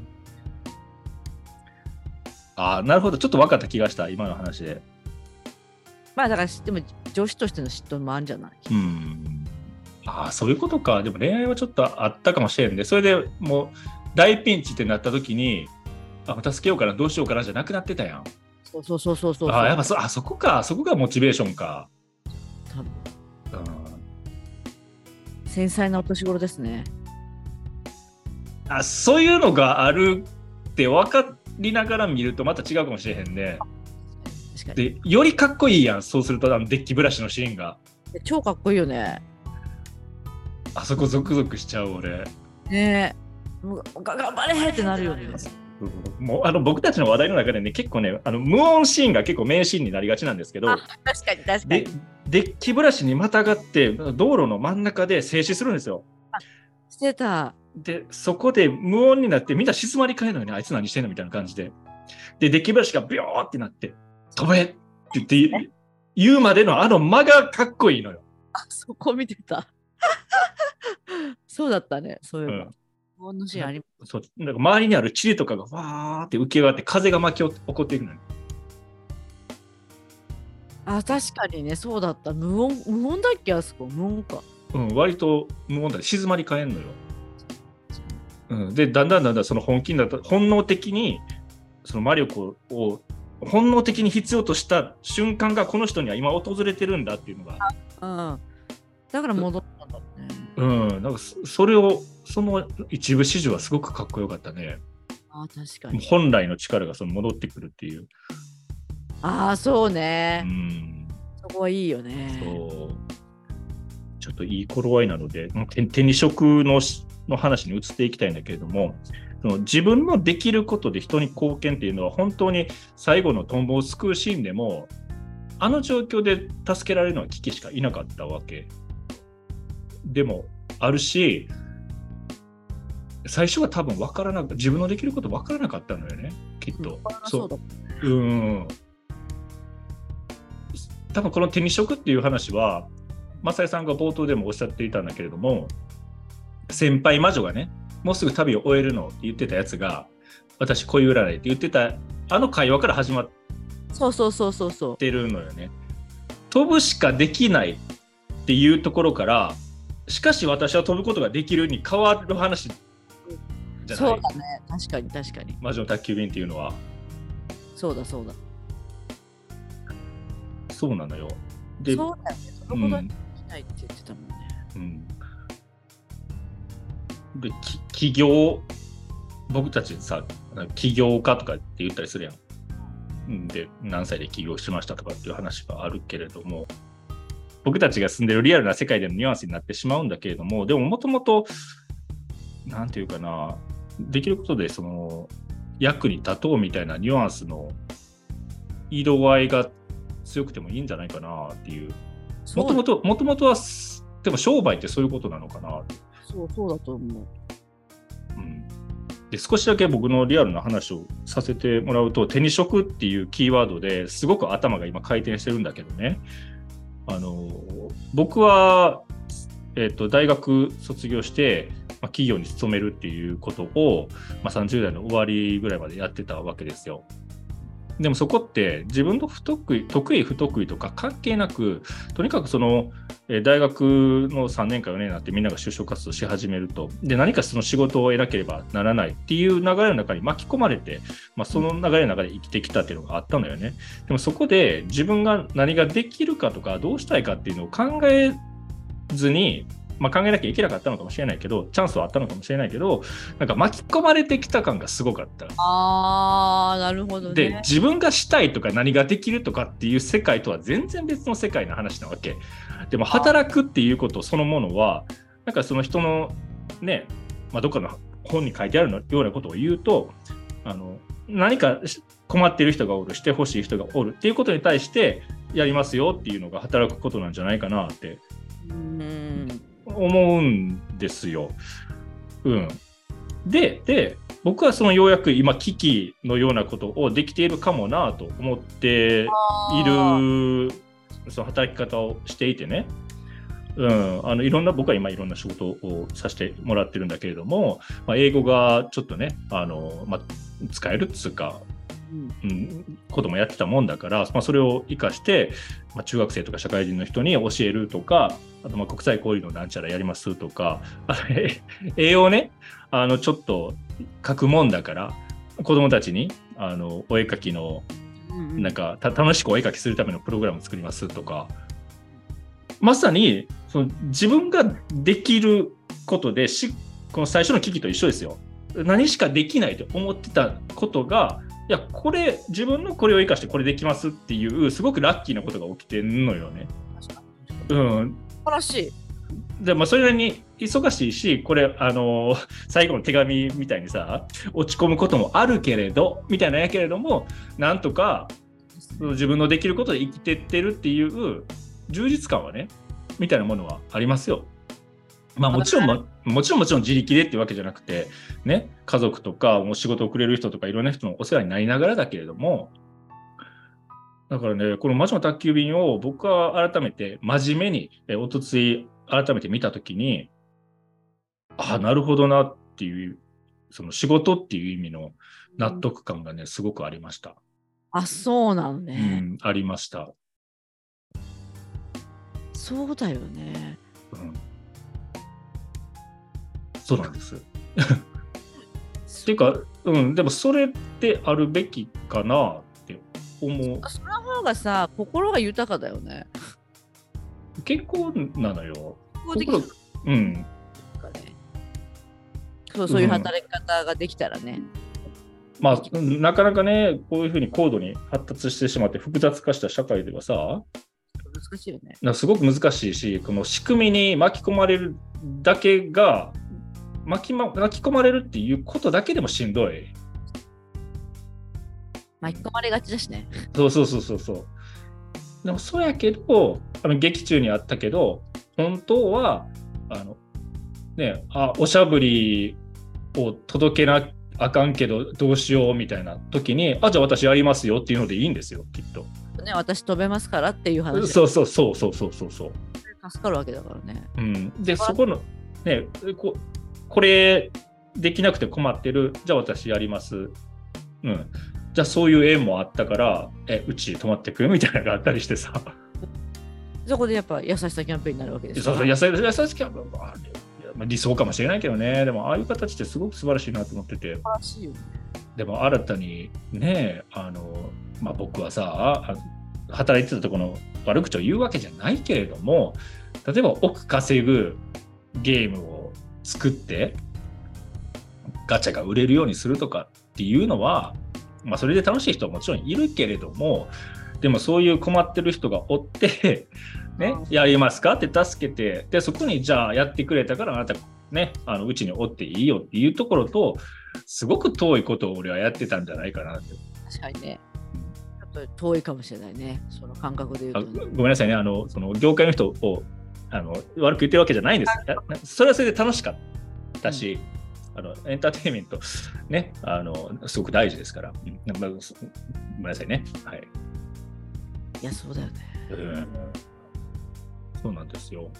なるほど。ちょっと分かった気がした、今の話で。 だからでも女子としての嫉妬もあるんじゃない？ そういうことか。でも恋愛はちょっとあったかもしれんね。それでもう大ピンチってなった時に、助けようかな、どうしようかなじゃなくなってたやん。 そう。 やっぱそこか。そこがモチベーションか。 多分。 繊細なお年頃ですね。 そういうのがあるって分かりながら見るとまた違うかもしれへんね。 確かに。 でよりかっこいいやん、そうするとデッキブラシのシーンが。 超かっこいいよね。 あそこゾクゾクしちゃう俺。 ねえ。頑張れってなるよね。 もう僕たちの話題の中でね、結構ね、無音シーンが結構名シーンになりがちなんですけど、 確かに確かに。 デッキブラシにまたがって道路の真ん中で静止するんですよ。 してた。 でそこで無音になってみんな静まり返るのよね。あいつ何してんのみたいな感じで。でデッキブラシがビョーってなって飛べって言って言うまでの間がかっこいいのよ。 そこ見てた。そうだったね。そういえば。無音のシーンあります。 そう、なんか周りにある塵とかがわーって浮き上がって風が巻き起こっていくのよ。 確かにね、そうだった。無音だっけ、あそこ。無音か。 割と無音だ。静まり返んのよ。で、だんだんその本気になった本能的にその魔力を本能的に必要とした瞬間がこの人には今訪れてるんだっていうのが。 だから戻ったんだね。 なんかその一部始終はすごくかっこよかったね。 確かに。 本来の力が戻ってくるっていう。 そうね。そこはいいよね。 そう。ちょっといい頃合いなので、手に職の話に移っていきたいんだけれども、その自分のできることで人に貢献っていうのは本当に最後のトンボを救うシーンでも状況で助けられるのはキキしかいなかったわけでもあるし、最初は多分自分のできること分からなかったのよね、きっと。 そうだ。 多分この手に職っていう話は正江さんが冒頭でもおっしゃっていたんだけれども、先輩魔女がね、もうすぐ旅を終えるのって言ってたやつが、私恋占いって言ってた会話から始まってるのよね。飛ぶしかできないっていうところから、しかし私は飛ぶことができるに変わる話じゃない。 そうだね。確かに。 魔女の宅急便っていうのは。 そうだ。 そうなのよ。 で、そうだよね。そのことできないって言ってたもんね。 で起業、僕たちさ、起業家とかって言ったりするやん。で何歳で起業しましたとかっていう話があるけれども、僕たちが住んでるリアルな世界でのニュアンスになってしまうんだけれども、でももともとなんていうかな、できることでその役に立とうみたいなニュアンスの色合いが強くてもいいんじゃないかなっていう。もともとはでも商売ってそういうことなのかな。 そうだと思う。 で少しだけ僕のリアルな話をさせてもらうと、手に職っていうキーワードですごく頭が今回転してるんだけどね、僕は、大学卒業して、企業に勤めるっていうことを、30代の終わりぐらいまでやってたわけですよ。でもそこって自分の得意不得意とか関係なく、とにかくその大学の3年か4年になってみんなが就職活動し始めると、で何かその仕事を得なければならないっていう流れの中に巻き込まれて、その流れの中で生きてきたっていうのがあったのよね。でもそこで自分が何ができるかとかどうしたいかっていうのを考えずに、考えなきゃいけなかったのかもしれないけど、チャンスはあったのかもしれないけど、なんか巻き込まれてきた感がすごかった。 なるほどね。 で、自分がしたいとか何ができるとかっていう世界とは全然別の世界の話なわけ。でも働くっていうことそのものは、なんかその人のね、どっかの本に書いてあるようなことを言うと、何か困っている人がおる、してほしい人がおるっていうことに対してやりますよっていうのが働くことなんじゃないかなって思うんですよ。で、僕はそのようやく今危機のようなことをできているかもなと思っている、その働き方をしていてね、僕は今いろんな仕事をさせてもらってるんだけれども、英語がちょっとね使えるっつうか、こともやってたもんだから、それを生かして、中学生とか社会人の人に教えるとか、あと国際交流のなんちゃらやりますとか、絵をねちょっと書くもんだから子どもたちにお絵描きのなんか楽しくお絵描きするためのプログラム作りますとか、 まさにその自分ができることでこの最初の危機と一緒ですよ。何しかできないと思ってたことが、いやこれ自分のこれを生かしてこれできますっていうすごくラッキーなことが起きてんのよね。うん。 素晴らしい。 でそれなりに忙しいし、これ最後の手紙みたいにさ落ち込むこともあるけれどみたいなやけれども、なんとか自分のできることで生きてってるっていう充実感はねみたいなものはありますよ。まあもちろん自力でっていうわけじゃなくてね、家族とかもう仕事をくれる人とかいろんな人のお世話になりながらだけれども、だからね、この魔女の宅急便を僕は改めて真面目におとつい改めて見たときに、ああなるほどなっていう、その仕事っていう意味の納得感がねすごくありました。 あ、そうなのね。 うん、ありました。 そうだよね。 うん、そうなんです。っていうか、でもそれってあるべきかなって思う。 その方がさ、心が豊かだよね。 結構なのよ。 心、そういう働き方ができたらね。 まあ、なかなかね、こういうふうに高度に発達してしまって複雑化した社会ではさ、 難しいよね。 すごく難しいし、この仕組みに巻き込まれるだけが、巻き込まれるっていうことだけでもしんどい。 巻き込まれがちだしね。 そう。でもそうやけど、劇中にあったけど、本当はおしゃぶりを届けなあかんけどどうしようみたいな時に、じゃあ私やりますよっていうのでいいんですよ、きっと。 ね、私飛べますからっていう話。 そう。助かるわけだからね。 で、そこのね、これできなくて困ってる、じゃあ私やります。じゃあそういう縁もあったから、うち泊まってくみたいなのがあったりしてさ。 そこでやっぱ優しさキャンペーンになるわけですよ。 そう優しさキャンペーン、理想かもしれないけどね。でもああいう形ってすごく素晴らしいなと思ってて。 素晴らしいよね。 でも新たにね、僕はさ、働いてたところの悪口を言うわけじゃないけれども、例えば億稼ぐゲームを作ってガチャが売れるようにするとかっていうのは、それで楽しい人はもちろんいるけれども、でもそういう困ってる人がおってね、やりますかって助けて、でそこにじゃあやってくれたからあなたね、うちにおっていいよっていうところとすごく遠いことを俺はやってたんじゃないかなって。 確かにね、ちょっと遠いかもしれないね、その感覚で言うと、ね。 ごめんなさいね、その業界の人を悪く言ってるわけじゃないんです。それはそれで楽しかったし、エンターテインメントね、すごく大事ですから、ごめんなさいね。はい。 いや、そうだよね。 そうなんですよ。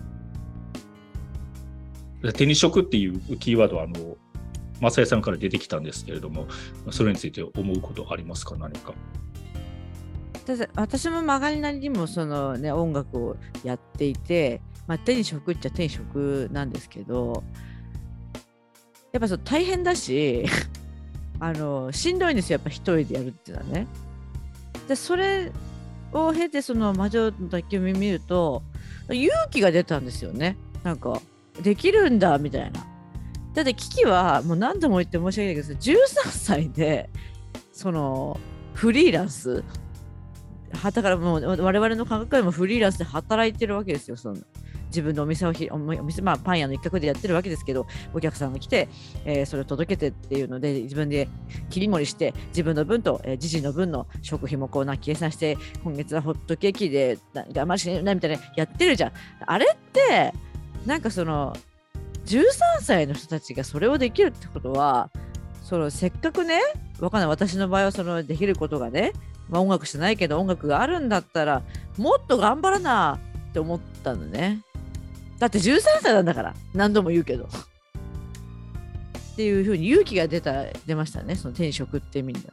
手に職っていうキーワードは正江さんから出てきたんですけれども、それについて思うことありますか、何か。 私も曲がりなりにも音楽をやっていて、手に職っちゃ手に職なんですけど、やっぱ大変だししんどいんですよ、やっぱ一人でやるっていうのはね。でそれを経て魔女の宅急便見ると勇気が出たんですよね。なんかできるんだみたいな。だってキキはもう何度も言って申し訳ないけど、13歳でフリーランスだからもう我々の感覚でもフリーランスで働いてるわけですよ。自分のお店、パン屋の一角でやってるわけですけど、お客さんが来て、それを届けてっていうので自分で切り盛りして自分の分と自治の分の食費も計算して、今月はホットケーキで我慢しないみたいなやってるじゃん。あれってなんか13歳の人たちがそれをできるってことは、せっかくね、わかんない、私の場合はできることがね、音楽してないけど音楽があるんだったらもっと頑張らなって思ったのね。だって13歳なんだから、何度も言うけどっていうふうに勇気が出ましたね、手に職ってみんな。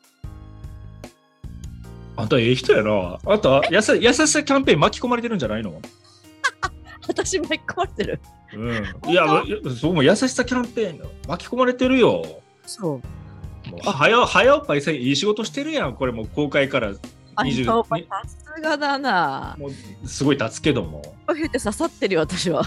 あんた人やな。あんた優しさキャンペーン巻き込まれてるんじゃないの？ 私巻き込まれてる。 いや、そうも優しさキャンペーン巻き込まれてるよ。 そう。 もう早っぱいいい仕事してるやん。これもう公開から 20 さすがだな。 もうすごい経つけども。 こうやって刺さってるよ、私は。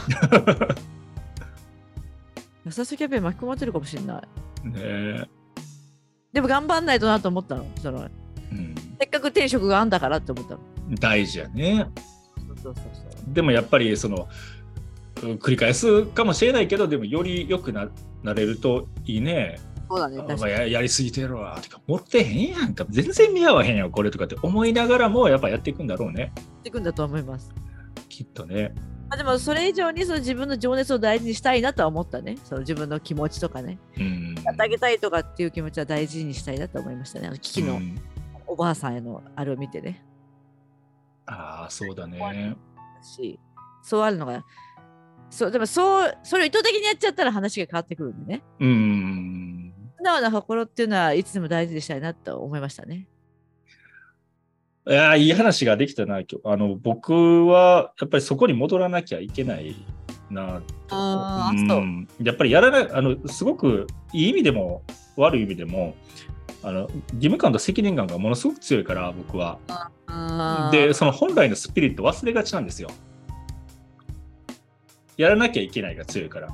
優しいキャベ巻き込まれてるかもしれない。 ねえ。 でも頑張んないとなと思ったの。せっかく転職があんだからって思ったの。 大事やね。 そう。 でもやっぱり繰り返すかもしれないけど、でもより良くなれるといいね。 そうだね。確かにやりすぎてるわ。てか持ってへんやんか。全然見合わへんやんこれとかって思いながらもやっぱやっていくんだろうね。 やっていくんだと思います。 きっとね。 でもそれ以上に自分の情熱を大事にしたいなとは思ったね。自分の気持ちとかね。やってあげたいとかっていう気持ちは大事にしたいなと思いましたね。キキのおばあさんへのあれを見てね。 ああ、そうだね。 そうあるのが、でもそれを意図的にやっちゃったら話が変わってくるんでね。素直な心っていうのはいつでも大事にしたいなと思いましたね。 いい話ができたな、今日。僕はやっぱりそこに戻らなきゃいけないなと。やっぱりやらない、すごくいい意味でも悪い意味でも、義務感と責任感がものすごく強いから、僕は。で、その本来のスピリット忘れがちなんですよ。やらなきゃいけないが強いから。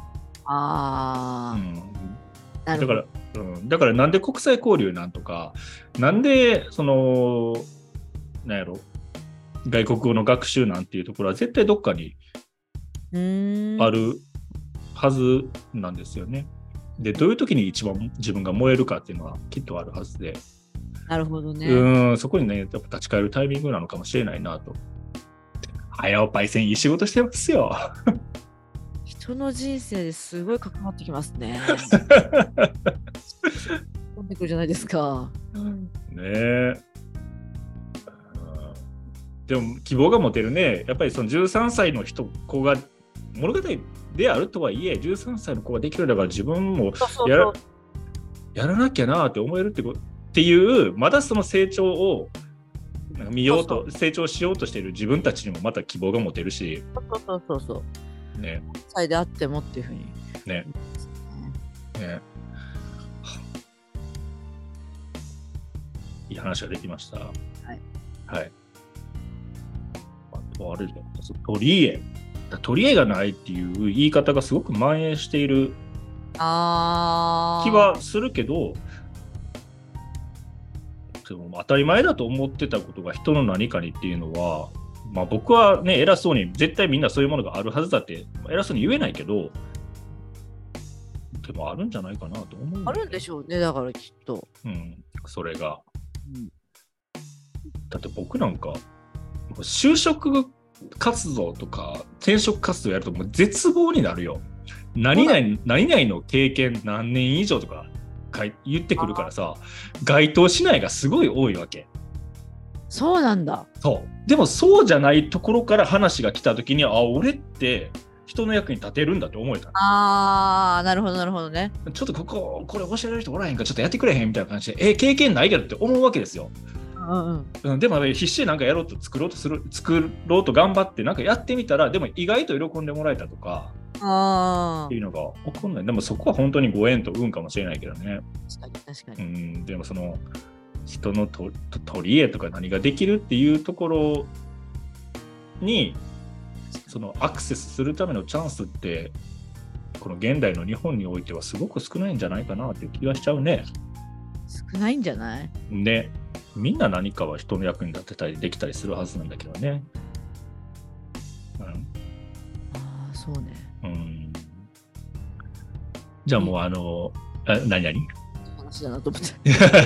だからなんで国際交流なんとか、なんでなんやろ、外国語の学習なんていうところは絶対どっかにあるはずなんですよね。で、どういう時に一番自分が燃えるかっていうのはきっとあるはずで。 なるほどね。 そこにね、やっぱ立ち返るタイミングなのかもしれないなと。早尾パイセンいい仕事してますよ。 人の人生ですごい関わってきますね。飛んでくるじゃないですか。 ねえ。でも希望が持てるね。やっぱりその13歳の子が物語であるとはいえ、13歳の子ができるんだから自分もやらなきゃなって思えるっていう、まだその成長を成長しようとしている自分たちにもまた希望が持てるし。 そう。 ね。 歳であってもっていうふうに。 ね。いい話ができました。はい。あとあれじゃないですか。取り柄がないっていう言い方がすごく蔓延している気はするけど、でも当たり前だと思ってたことが人の何かにっていうのは、まあ僕はね、偉そうに絶対みんなそういうものがあるはずだって偉そうに言えないけど、でもあるんじゃないかなと思う。 あるんでしょうね、だからきっと。 それが。だって僕なんか就職活動とか転職活動やるともう絶望になるよ。何々の経験何年以上とか言ってくるからさ、該当しないがすごい多いわけ。 そうなんだ。 でもそうじゃないところから話が来た時に、俺って人の役に立てるんだって思えた。 なるほどね。 ちょっとこれ教えられる人おらへんか、ちょっとやってくれへんみたいな感じで、経験ないけどって思うわけですよ。でも必死でなんかやろうと作ろうと頑張ってなんかやってみたら、でも意外と喜んでもらえたとかっていうのが起こんない。でもそこは本当にご縁と運かもしれないけどね。 確かに。 でもその人の取り柄とか何ができるっていうところにそのアクセスするためのチャンスってこの現代の日本においてはすごく少ないんじゃないかなっていう気がしちゃうね。 少ないんじゃない？ で、みんな何かは人の役に立てたりできたりするはずなんだけどね。 そうね。 じゃあもう何話だなと思って。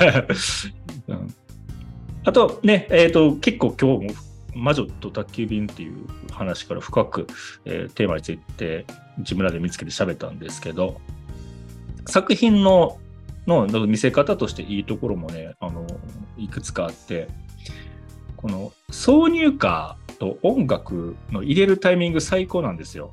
あとね、結構今日も魔女と宅急便っていう話から深く、テーマについて自分らで見つけて喋ったんですけど、作品の見せ方としていいところもね、いくつかあって、この挿入歌と音楽の入れるタイミング最高なんですよ。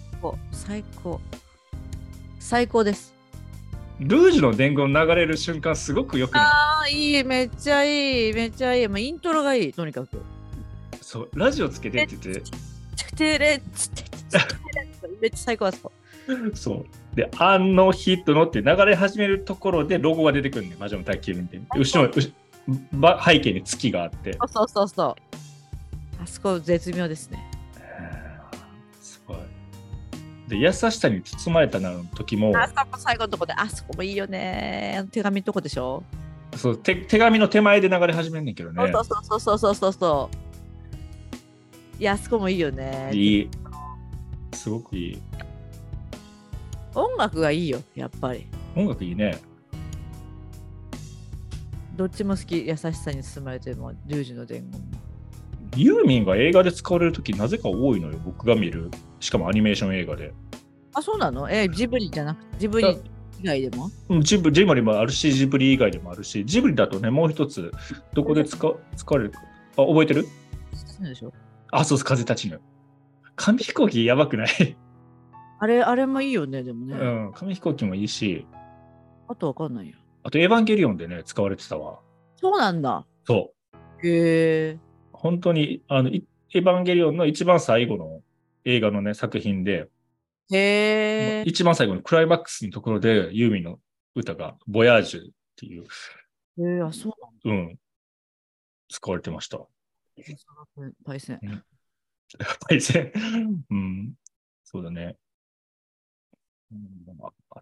最高です。 ルージュの伝言流れる瞬間すごくよくない？ いい、めっちゃいい。まあ、イントロがいい、とにかく。 そう、ラジオつけてって言って。 めっちゃ最高だった。 そう。で、ヒットのって流れ始めるところでロゴが出てくるんで、魔女の宅急便って。後ろ背景に月があって。 そうそうそう。あそこ絶妙ですね。 すごい。で、優しさに包まれたなの時も。 あそこ最後のとこで、あそこもいいよね。手紙のとこでしょ。 そう、手紙の手前で流れ始めんねんけどね。 そうそうそうそうそうそう。いや、あそこもいいよね。 いい。すごくいい。 音楽がいいよ、やっぱり。 音楽いいね。 どっちも好き。優しさに包まれても、リュウジの伝言も。 ユーミンが映画で使われるときなぜか多いのよ、僕が見る。しかもアニメーション映画で。 あ、そうなの？ジブリじゃなくて、ジブリ以外でも？ ジブリもあるし、ジブリ以外でもあるし、ジブリだとね、もう一つ、どこで使われるか。あ、覚えてる？ そうでしょ？ あ、そうです、風立ちぬ。紙飛行機やばくない？ あれもいいよね、でもね。 うん、紙飛行機もいいし。 あとわかんないよ。 あと、エヴァンゲリオンでね、使われてたわ。 そうなんだ。 そう。 へえ。 本当に、エヴァンゲリオンの一番最後の映画のね、作品で、 へえ。 一番最後のクライマックスのところで、ユーミンの歌が、ボヤージュっていう、 へえ、あ、そうなんだ。 うん、使われてました。 パイセン。 パイセン。うん、そうだね。うん、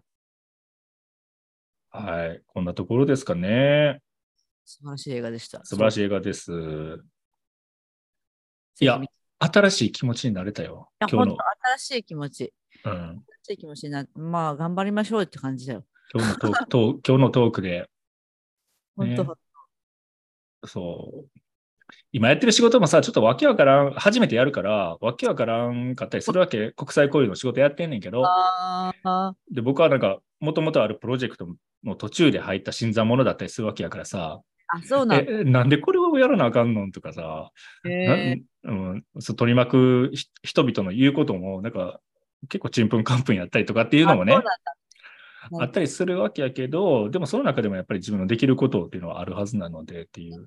はい、こんなところですかね。 素晴らしい映画でした。 素晴らしい映画です。いや、 ぜひ見て。 新しい気持ちになれたよ。 いや、 今日の。 本当新しい気持ち。 うん。 新しい気持ちになって、まあ、頑張りましょうって感じだよ。 今日のトーク、今日のトークで、 本当。 ね、そう。今やってる仕事もさ、ちょっとわけわからん、初めてやるから、わけわからんかったりするわけ、国際交流の仕事やってんねんけど、 ああ。 で、僕はなんか、もともとあるプロジェクトの途中で入った新参者だったりするわけやからさ、 あ、そうなんだ。 なんでこれをやらなあかんのんとかさ、 へうん、取り巻く人々の言うことも、なんか、結構ちんぷんかんぷんやったりとかっていうのもね、あったりするわけやけど、でもその中でもやっぱり自分のできることっていうのはあるはずなのでっていう、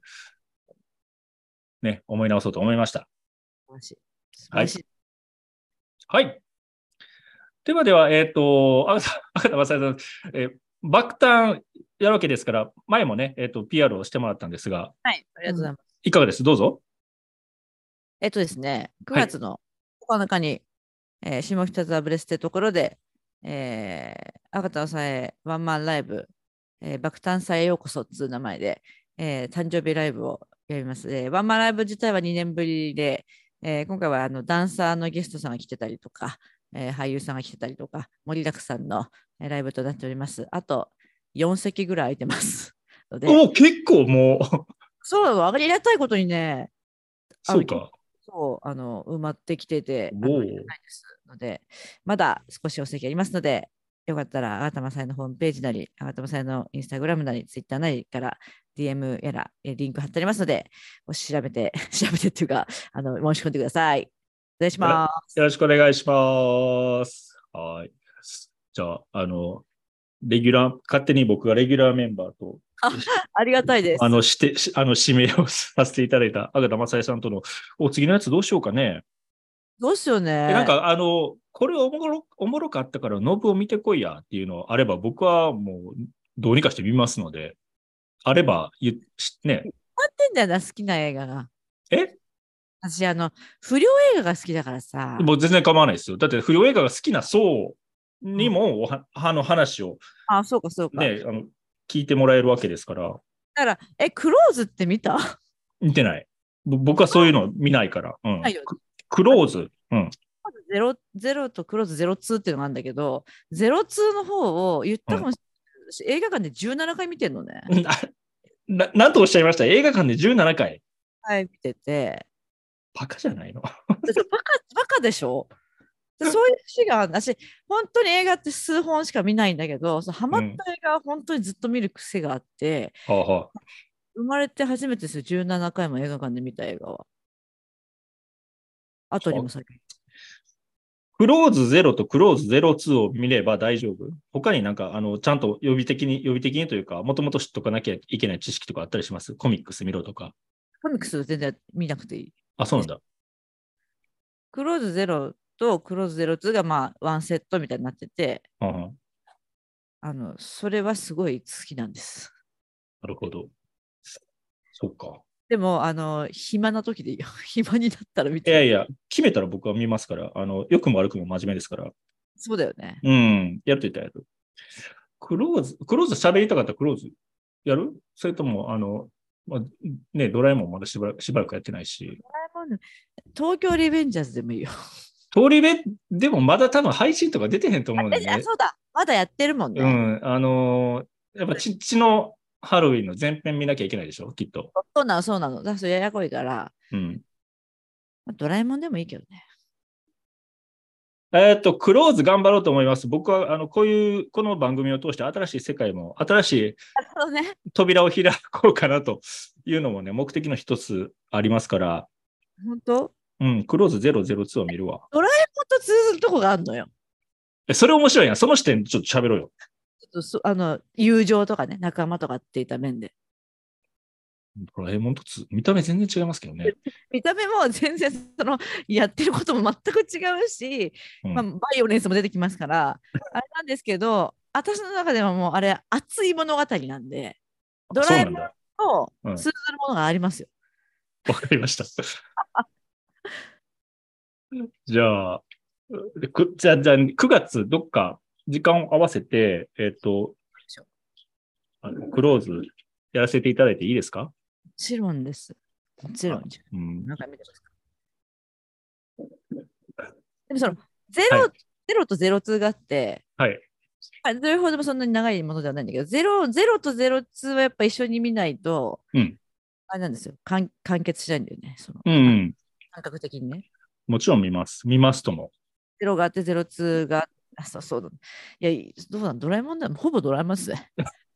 ね、思い直そうと思いました。 素晴らしい。素晴はい。 らしい。 はい。ではでは、赤田正也さん、爆誕やるわけですから、前もね、PR をしてもらったんですが、 はい、ありがとうございます。 いかがです？どうぞ。 ですね、9 はい。 月の9日に、下北沢ブレスってところで、赤田さえワンマンライブ、爆誕祭へようこそっていう名前で、誕生日ライブをやります。ワンマンライブ自体は2年ぶりで、今回はダンサーのゲストさんが来てたりとか、俳優さんが来てたりとか、盛りだくさんのライブとなっております。あと4席ぐらい空いてますので。 お、結構もうそう、ありがたいことにね、 そうか。 そう、埋まってきてて、 おお。 ありがたいですので、まだ少しお席ありますので、よかったら、あがたまさんのホームページなり、あがたまさんのインスタグラムなり、ツイッターなりから DM やらリンク貼ってありますので、調べて、調べてっていうか、申し込んでください。お願いします。 よろしくお願いします。はい。じゃあ、勝手に僕がレギュラーメンバーと、 ありがたいです。 指名をさせていただいた赤田正恵さんとの、次のやつどうしようかね。 どうしようなんね。 か、これおもろかったから、ノブを見てこいやっていうのあれば、僕はもう、どうにかして見ますので、あれば、ね。 待ってんだよな、好きな映画が。 え私、不良映画が好きだからさ。 もう全然構わないですよ。だって、不良映画が好きな層にも話をあ、そうか、そうか。 ね、聞いてもらえるわけですから。 だから、クローズって見た？ 見てない。僕はそういうの見ないから。うん。 ないよ。 クローズ。うん。 ゼロとクローズ02っていうのがあるんだけど、02の方を言ったかもしれない。私映画館で17回見てんのね。 なんとおっしゃいました？映画館で17回。 はい、見てて。 バカじゃないの？ バカでしょ？でそういう節がある。私、本当に映画って数本しか見ないんだけど、ハマっうん。 た映画は本当にずっと見る癖があって、 はあはあ。 生まれて初めてですよ、17回も映画館で見た映画は。後にも先に。 クローズ0とクローズ02を見れば大丈夫？他になんか、ちゃんと予備的にというか、もともと知っとかなきゃいけない知識とかあったりします？コミックス見ろとか。 コミックス全然見なくていい。 あ、そうなんだ。 クローズゼロとクローズゼロ2がまあワンセットみたいになってて、 はあはあ、 それはすごい好きなんです。 なるほど。 そうか。 でも、暇な時でいいよ。暇になったら見いて。 やいや、決めたら僕は見ますから、良くも悪くも真面目ですから。 そうだよね。 うん、やると言ったらやる。クローズ喋りたかったらクローズやる？それとも、まあ、ね、ドラえもんまだしばらくやってないし。 東京リベンジャーズでもいいよ。 通り部でもまだ多分配信とか出てへんと思うんでね。 そうだ。まだやってるもんね。 うん、やっぱ血のハロウィンの前編見なきゃいけないでしょ、きっと。 そうなの、そうなの。だからややこいから、 うん。 ドラえもんでもいいけどね。 クローズ頑張ろうと思います。僕は、この番組を通して新しい世界も、新しい扉を開こうかなというのもね、目的の一つありますから。 本当？ うん、クローズ002を見るわ。 ドラえもんと通ずるとこがあるのよ。 それ面白いやん。その視点ちょっと喋ろうよ。 ちょっと友情とかね、仲間とかっていった面で。 ドラえもんと見た目全然違いますけどね。 見た目も全然やってることも全く違うし、まあ、バイオレンスも出てきますから、あれなんですけど、私の中ではもうあれ熱い物語なんで、ドラえもんと通ずるものがありますよ。 わかりました。じゃあ9月どっか時間を合わせて、クローズやらせていただいていいですか？ もちろんです。もちろん。 なんか見てますか？でも0と02があって、 はい。 どれほどもそんなに長いものではないんだけど、0と02はやっぱ一緒に見ないと、あれなんですよ。完結しないんだよね。感覚的にね。 もちろん見ます。見ますとも。 0があって、02がそうだ。いや、どうなんドラえもんだ。ほぼドラえもんっすね。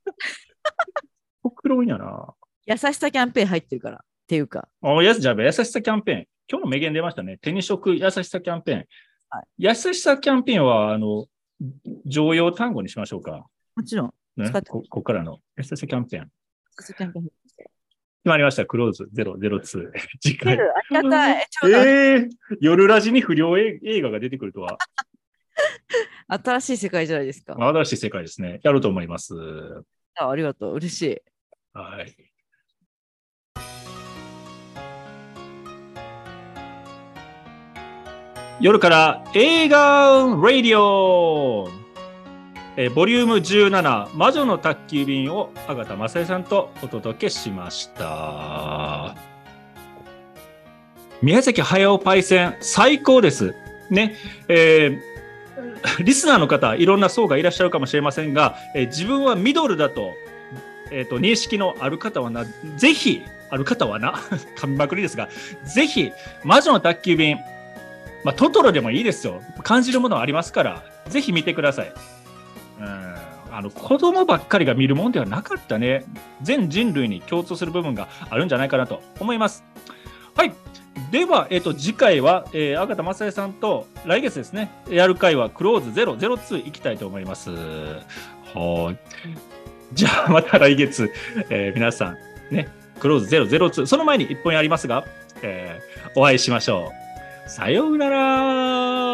黒いんやな。 優しさキャンペーン入ってるから。っていうか。 じゃあ、優しさキャンペーン。今日の名言出ましたね。手に職優しさキャンペーン。はい、優しさキャンペーンは、常用単語にしましょうか。 もちろん。 ね、ここからの優しさキャンペーン。優しさキャンペーン。 決まりました。クローズ002。次回。 ありがたい。 夜ラジに不良映画が出てくるとは。 新しい世界じゃないですか。 新しい世界ですね。やると思います。 ありがとう。嬉しい。 はい。夜から映画ラディオボリューム17魔女の宅急便を阿形正恵さんとお届けしました。宮崎駿パイセン最高ですね。リスナーの方いろんな層がいらっしゃるかもしれませんが、自分はミドルだと、認識のある方はな、ぜひある方はな噛みまくりですが、ぜひ魔女の宅急便、トトロでもいいですよ。感じるものはありますからぜひ見てください。子供ばっかりが見るもんではなかったね。全人類に共通する部分があるんじゃないかなと思います。はい。では、次回は、阿形正恵さんと来月ですね、やる回はクローズ002いきたいと思います。はい。じゃあ、また来月、皆さん、ね、クローズ002、その前に1本ありますが、お会いしましょう。さようなら。